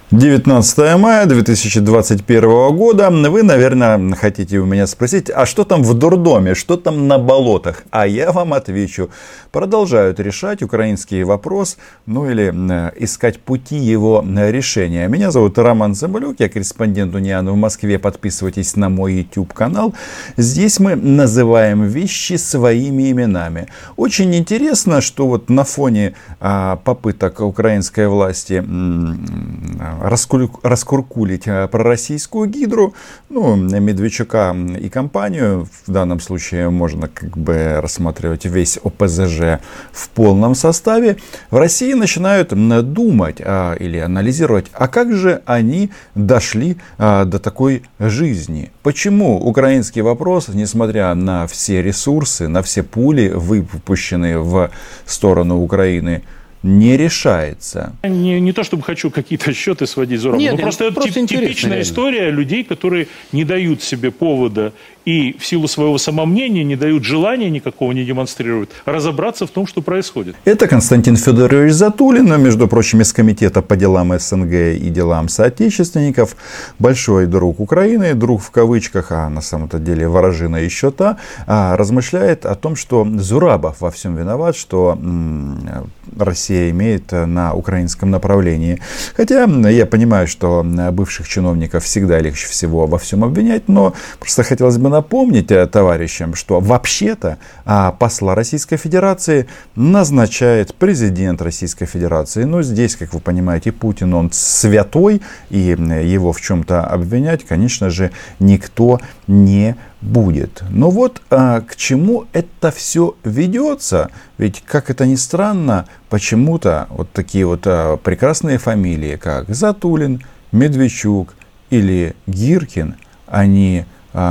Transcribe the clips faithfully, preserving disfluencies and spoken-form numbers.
девятнадцатое мая две тысячи двадцать первого года. Вы, наверное, хотите у меня спросить, а что там в дурдоме, что там на болотах? А я вам отвечу. Продолжают решать украинский вопрос, ну или э, искать пути его решения. Меня зовут Роман Цымбалюк, я корреспондент Униан в Москве. Подписывайтесь на мой YouTube канал. Здесь мы называем вещи своими именами. Очень интересно, что вот на фоне э, попыток украинской власти э, раскуркулить пророссийскую гидру, ну, Медведчука и компанию, в данном случае можно как бы рассматривать весь О Пэ Зэ Жэ в полном составе, в России начинают думать а, или анализировать, а как же они дошли а, до такой жизни? Почему украинский вопрос, несмотря на все ресурсы, на все пули, выпущенные в сторону Украины, не решается? Не, не то, чтобы хочу какие-то счеты сводить за Нет, но просто это просто тип, типичная реально. история людей, которые не дают себе повода и в силу своего самомнения не дают желания никакого не демонстрируют разобраться в том, что происходит. Это Константин Федорович Затулин, между прочим, из Комитета по делам Эс Эн Гэ и делам соотечественников, большой друг Украины, друг в кавычках, а на самом-то деле ворожина еще та, размышляет о том, что Зурабов во всем виноват, что Россия имеет на украинском направлении. Хотя я понимаю, что бывших чиновников всегда легче всего во всем обвинять, но просто хотелось бы напомнить товарищам, что вообще-то посла Российской Федерации назначает президент Российской Федерации. Но здесь, как вы понимаете, Путин, он святой, и его в чем-то обвинять, конечно же, никто не будет. Но вот а, к чему это все ведется? Ведь, как это ни странно, почему-то вот такие вот а, прекрасные фамилии, как Затулин, Медведчук или Гиркин, они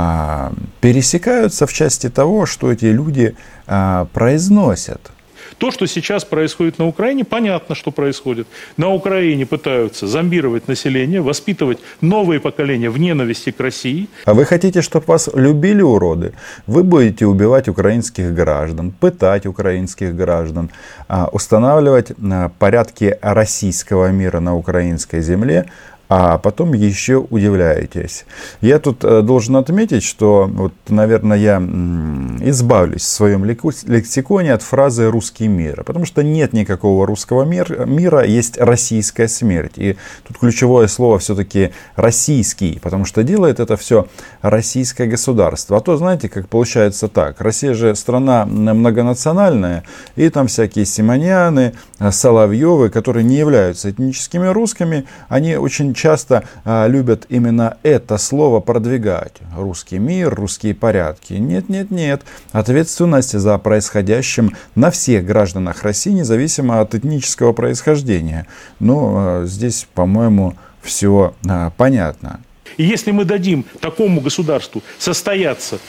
а, пересекаются в части того, что эти люди а, произносят. То, что сейчас происходит на Украине, понятно, что происходит. На Украине пытаются зомбировать население, воспитывать новые поколения в ненависти к России. А вы хотите, чтобы вас любили, уроды? Вы будете убивать украинских граждан, пытать украинских граждан, устанавливать порядки российского мира на украинской земле, а потом еще удивляетесь. Я тут должен отметить, что, вот, наверное, я избавлюсь в своем лексиконе от фразы «русский мир», потому что нет никакого русского мира, есть российская смерть. И тут ключевое слово все-таки «российский», потому что делает это все российское государство. А то, знаете, как получается так. Россия же страна многонациональная, и там всякие Симоняны, Соловьевы, которые не являются этническими русскими, они очень часто а, любят именно это слово продвигать. Русский мир, русские порядки. Нет, нет, нет. Ответственность за происходящим на всех гражданах России, независимо от этнического происхождения. Но а, здесь, по-моему, все а, понятно. И если мы дадим такому государству состояться,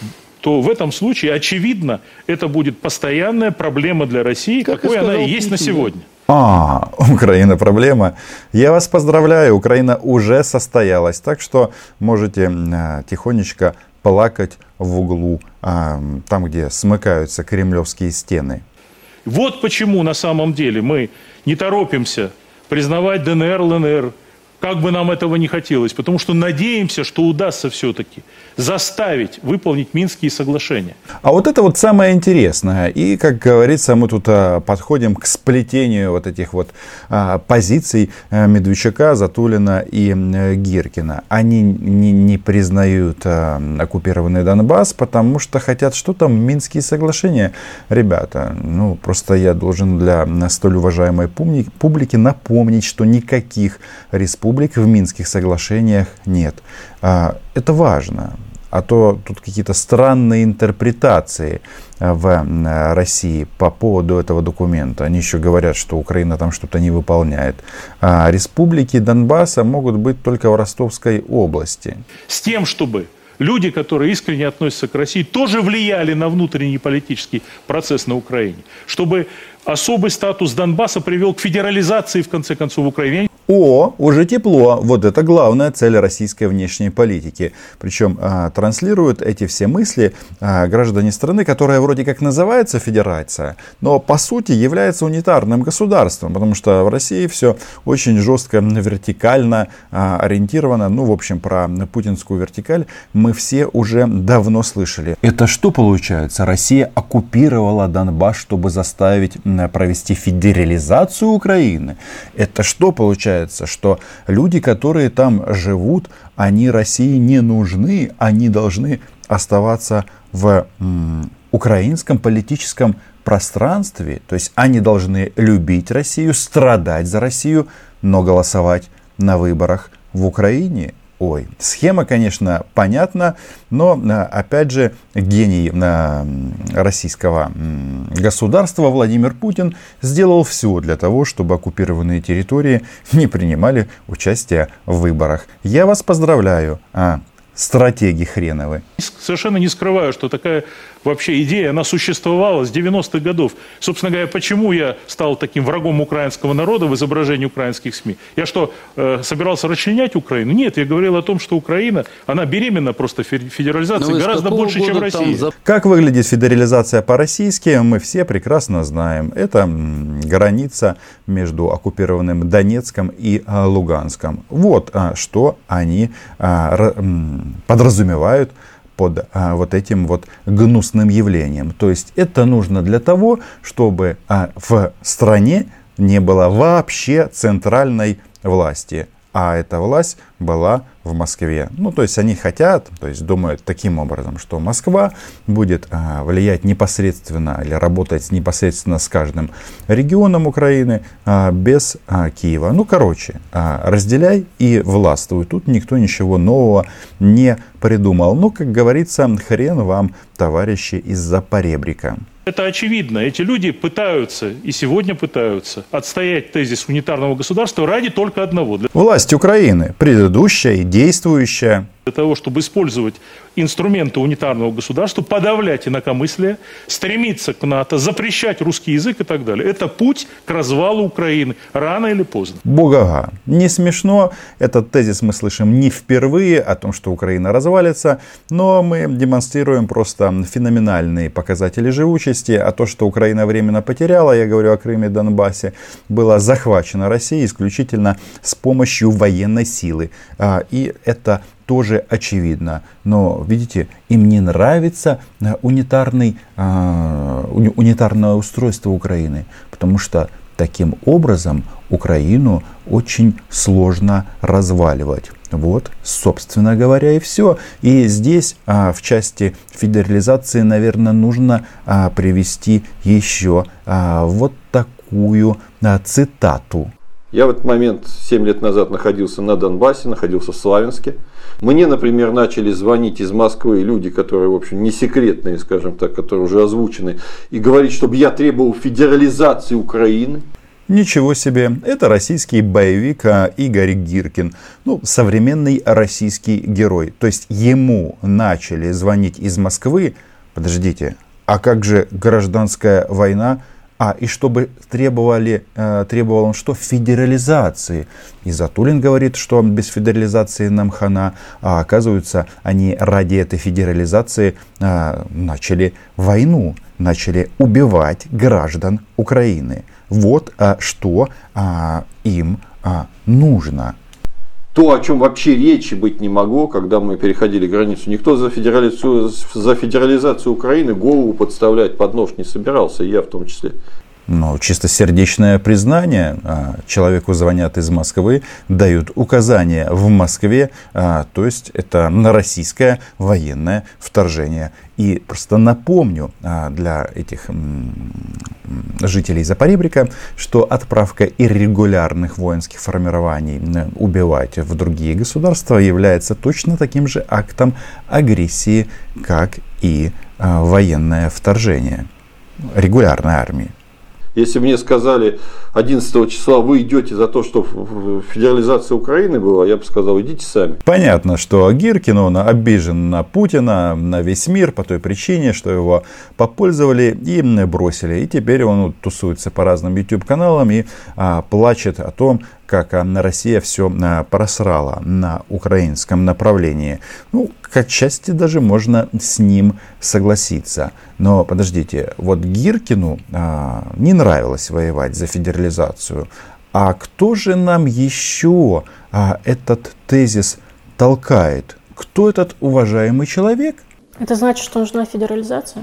то в этом случае, очевидно, это будет постоянная проблема для России, как какой она и есть на сегодня. А, Украина проблема. Я вас поздравляю, Украина уже состоялась. Так что можете а, тихонечко плакать в углу, а, там, где смыкаются кремлевские стены. Вот почему на самом деле мы не торопимся признавать Дэ Эн Эр, Эл Эн Эр, как бы нам этого не хотелось. Потому что надеемся, что удастся все-таки заставить выполнить Минские соглашения. А вот это вот самое интересное. И, как говорится, мы тут а, подходим к сплетению вот этих вот а, позиций а, Медведчука, Затулина и а, Гиркина. Они не, не признают а, оккупированный Донбасс, потому что хотят, что там Минские соглашения. Ребята, ну просто я должен для столь уважаемой публики напомнить, что никаких республик в Минских соглашениях нет. А, это важно. А то тут какие-то странные интерпретации в России по поводу этого документа. Они еще говорят, что Украина там что-то не выполняет. А республики Донбасса могут быть только в Ростовской области. С тем, чтобы люди, которые искренне относятся к России, тоже влияли на внутренний политический процесс на Украине. Чтобы особый статус Донбасса привел к федерализации, в конце концов, Украины. О, уже тепло. Вот это главная цель российской внешней политики. Причем а, транслируют эти все мысли а, граждане страны, которая вроде как называется федерация, но по сути является унитарным государством, потому что в России все очень жестко вертикально а, ориентировано. Ну, в общем, про путинскую вертикаль мы все уже давно слышали. Это что получается? Россия оккупировала Донбасс, чтобы заставить провести федерализацию Украины? Это что получается? Что люди, которые там живут, они России не нужны, они должны оставаться в м, украинском политическом пространстве. То есть они должны любить Россию, страдать за Россию, но голосовать на выборах в Украине. Ой, схема, конечно, понятна, но, опять же, гений российского государства Владимир Путин сделал все для того, чтобы оккупированные территории не принимали участие в выборах. Я вас поздравляю, а, стратеги хреновы. Совершенно не скрываю, что такая вообще идея, она существовала с девяностых годов. Собственно говоря, почему я стал таким врагом украинского народа в изображении украинских СМИ? Я что, э, собирался расчленять Украину? Нет, я говорил о том, что Украина, она беременна просто федерализацией гораздо больше, чем Россия. За... Как выглядит федерализация по-российски, мы все прекрасно знаем. Это м, граница между оккупированным Донецком и а, Луганском. Вот а, что они а, р, м, подразумевают под а, вот этим вот гнусным явлением. То есть это нужно для того, чтобы а, в стране не было вообще центральной власти. А эта власть была в Москве. Ну, то есть они хотят, то есть думают таким образом, что Москва будет а, влиять непосредственно или работать непосредственно с каждым регионом Украины а, без а, Киева. Ну, короче, а, разделяй и властвуй. Тут никто ничего нового не придумал. Ну, как говорится, хрен вам, товарищи из-за поребрика. Это очевидно. Эти люди пытаются, и сегодня пытаются, отстоять тезис унитарного государства ради только одного. Для... Власть Украины, предыдущая и действующая. Для того, чтобы использовать инструменты унитарного государства, подавлять инакомыслие, стремиться к НАТО, запрещать русский язык и так далее. Это путь к развалу Украины, рано или поздно. Богага. Не смешно. Этот тезис мы слышим не впервые, о том, что Украина развалится, но мы демонстрируем просто феноменальные показатели живучести, а то, что Украина временно потеряла, я говорю о Крыме и Донбассе, было захвачено Россией исключительно с помощью военной силы. И это тоже очевидно. Но, видите, им не нравится унитарный, унитарное устройство Украины, потому что таким образом Украину очень сложно разваливать. Вот, собственно говоря, и все. И здесь в части федерализации, наверное, нужно привести еще вот такую цитату. Я в этот момент семь лет назад находился на Донбассе, находился в Славянске. Мне, например, начали звонить из Москвы люди, которые, в общем, не секретные, скажем так, которые уже озвучены, и говорить, чтобы я требовал федерализации Украины. Ничего себе, это российский боевик Игорь Гиркин, ну, современный российский герой. То есть ему начали звонить из Москвы. Подождите, а как же гражданская война? А, и чтобы требовали, э, требовал он что? Федерализации. И Затулин говорит, что без федерализации нам хана. А оказывается, они ради этой федерализации э, начали войну, начали убивать граждан Украины. Вот а, что а, им а, нужно. То, о чем вообще речи быть не могло, когда мы переходили границу. Никто за федерализацию, за федерализацию Украины голову подставлять под нож не собирался, и я в том числе. Ну, чистосердечное признание. Человеку звонят из Москвы, дают указания в Москве, то есть это на российское военное вторжение. И просто напомню для этих жителей Запоребрика, что отправка иррегулярных воинских формирований убивать в другие государства является точно таким же актом агрессии, как и военное вторжение регулярной армии. Если бы мне сказали одиннадцатого числа вы идете за то, чтобы федерализация Украины была, я бы сказал, идите сами. Понятно, что Гиркин, он обижен на Путина, на весь мир по той причине, что его попользовали и бросили. И теперь он тусуется по разным YouTube-каналам и а, плачет о том, как Россия все просрала на украинском направлении. Ну, к отчасти даже можно с ним согласиться. Но подождите, вот Гиркину а, не нравилось воевать за федерализацию. А кто же нам еще а, этот тезис толкает? Кто этот уважаемый человек? Это значит, что нужна федерализация?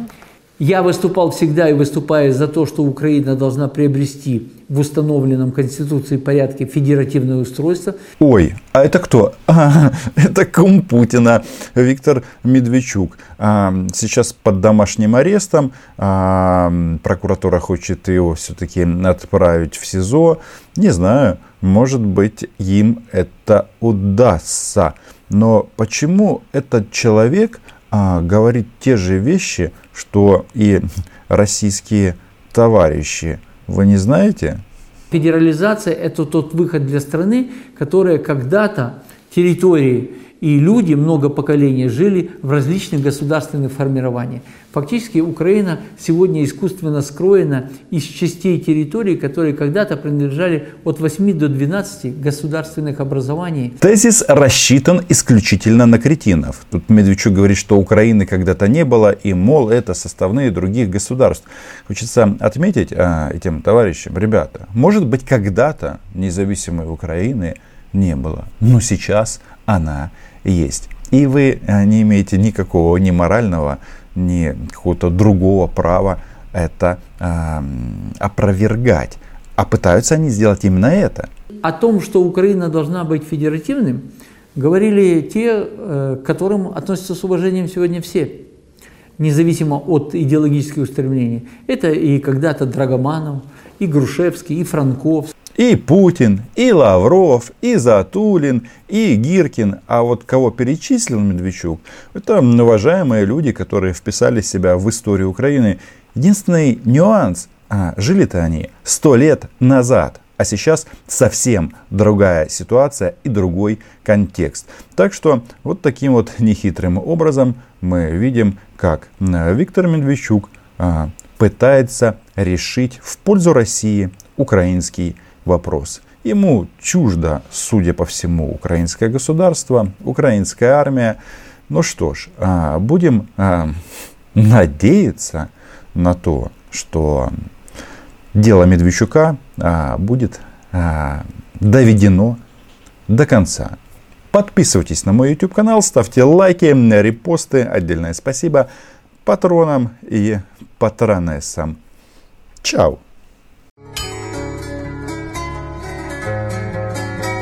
Я выступал всегда и выступаю за то, что Украина должна приобрести в установленном Конституцией порядке федеративное устройство. Ой, а это кто? А, это кум Путина, Виктор Медведчук. А, сейчас под домашним арестом. А, прокуратура хочет его все-таки отправить в СИЗО. Не знаю, может быть, им это удастся. Но почему этот человек а, говорит те же вещи, что и российские товарищи? Вы не знаете? Федерализация – это тот выход для страны, которая когда-то территории и люди, много поколений жили в различных государственных формированиях. Фактически Украина сегодня искусственно скроена из частей территории, которые когда-то принадлежали от восьми до двенадцати государственных образований. Тезис рассчитан исключительно на кретинов. Тут Медведчук говорит, что Украины когда-то не было, и, мол, это составные других государств. Хочется отметить а, этим товарищам, ребята, может быть, когда-то независимой Украины не было, но сейчас она есть. И вы не имеете никакого ни морального, ни какого-то другого права это э, опровергать. А пытаются они сделать именно это. О том, что Украина должна быть федеративным, говорили те, к которым относятся с уважением сегодня все, независимо от идеологических устремлений. Это и когда-то Драгоманов, и Грушевский, и Франков. И Путин, и Лавров, и Затулин, и Гиркин. А вот кого перечислил Медведчук, это уважаемые люди, которые вписали себя в историю Украины. Единственный нюанс, а, жили-то они сто лет назад. А сейчас совсем другая ситуация и другой контекст. Так что вот таким вот нехитрым образом мы видим, как Виктор Медведчук а, пытается решить в пользу России украинский вопрос. Ему чуждо, судя по всему, украинское государство, украинская армия. Ну что ж, будем надеяться на то, что дело Медведчука будет доведено до конца. Подписывайтесь на мой YouTube канал, ставьте лайки, репосты. Отдельное спасибо патронам и патронессам. Чао!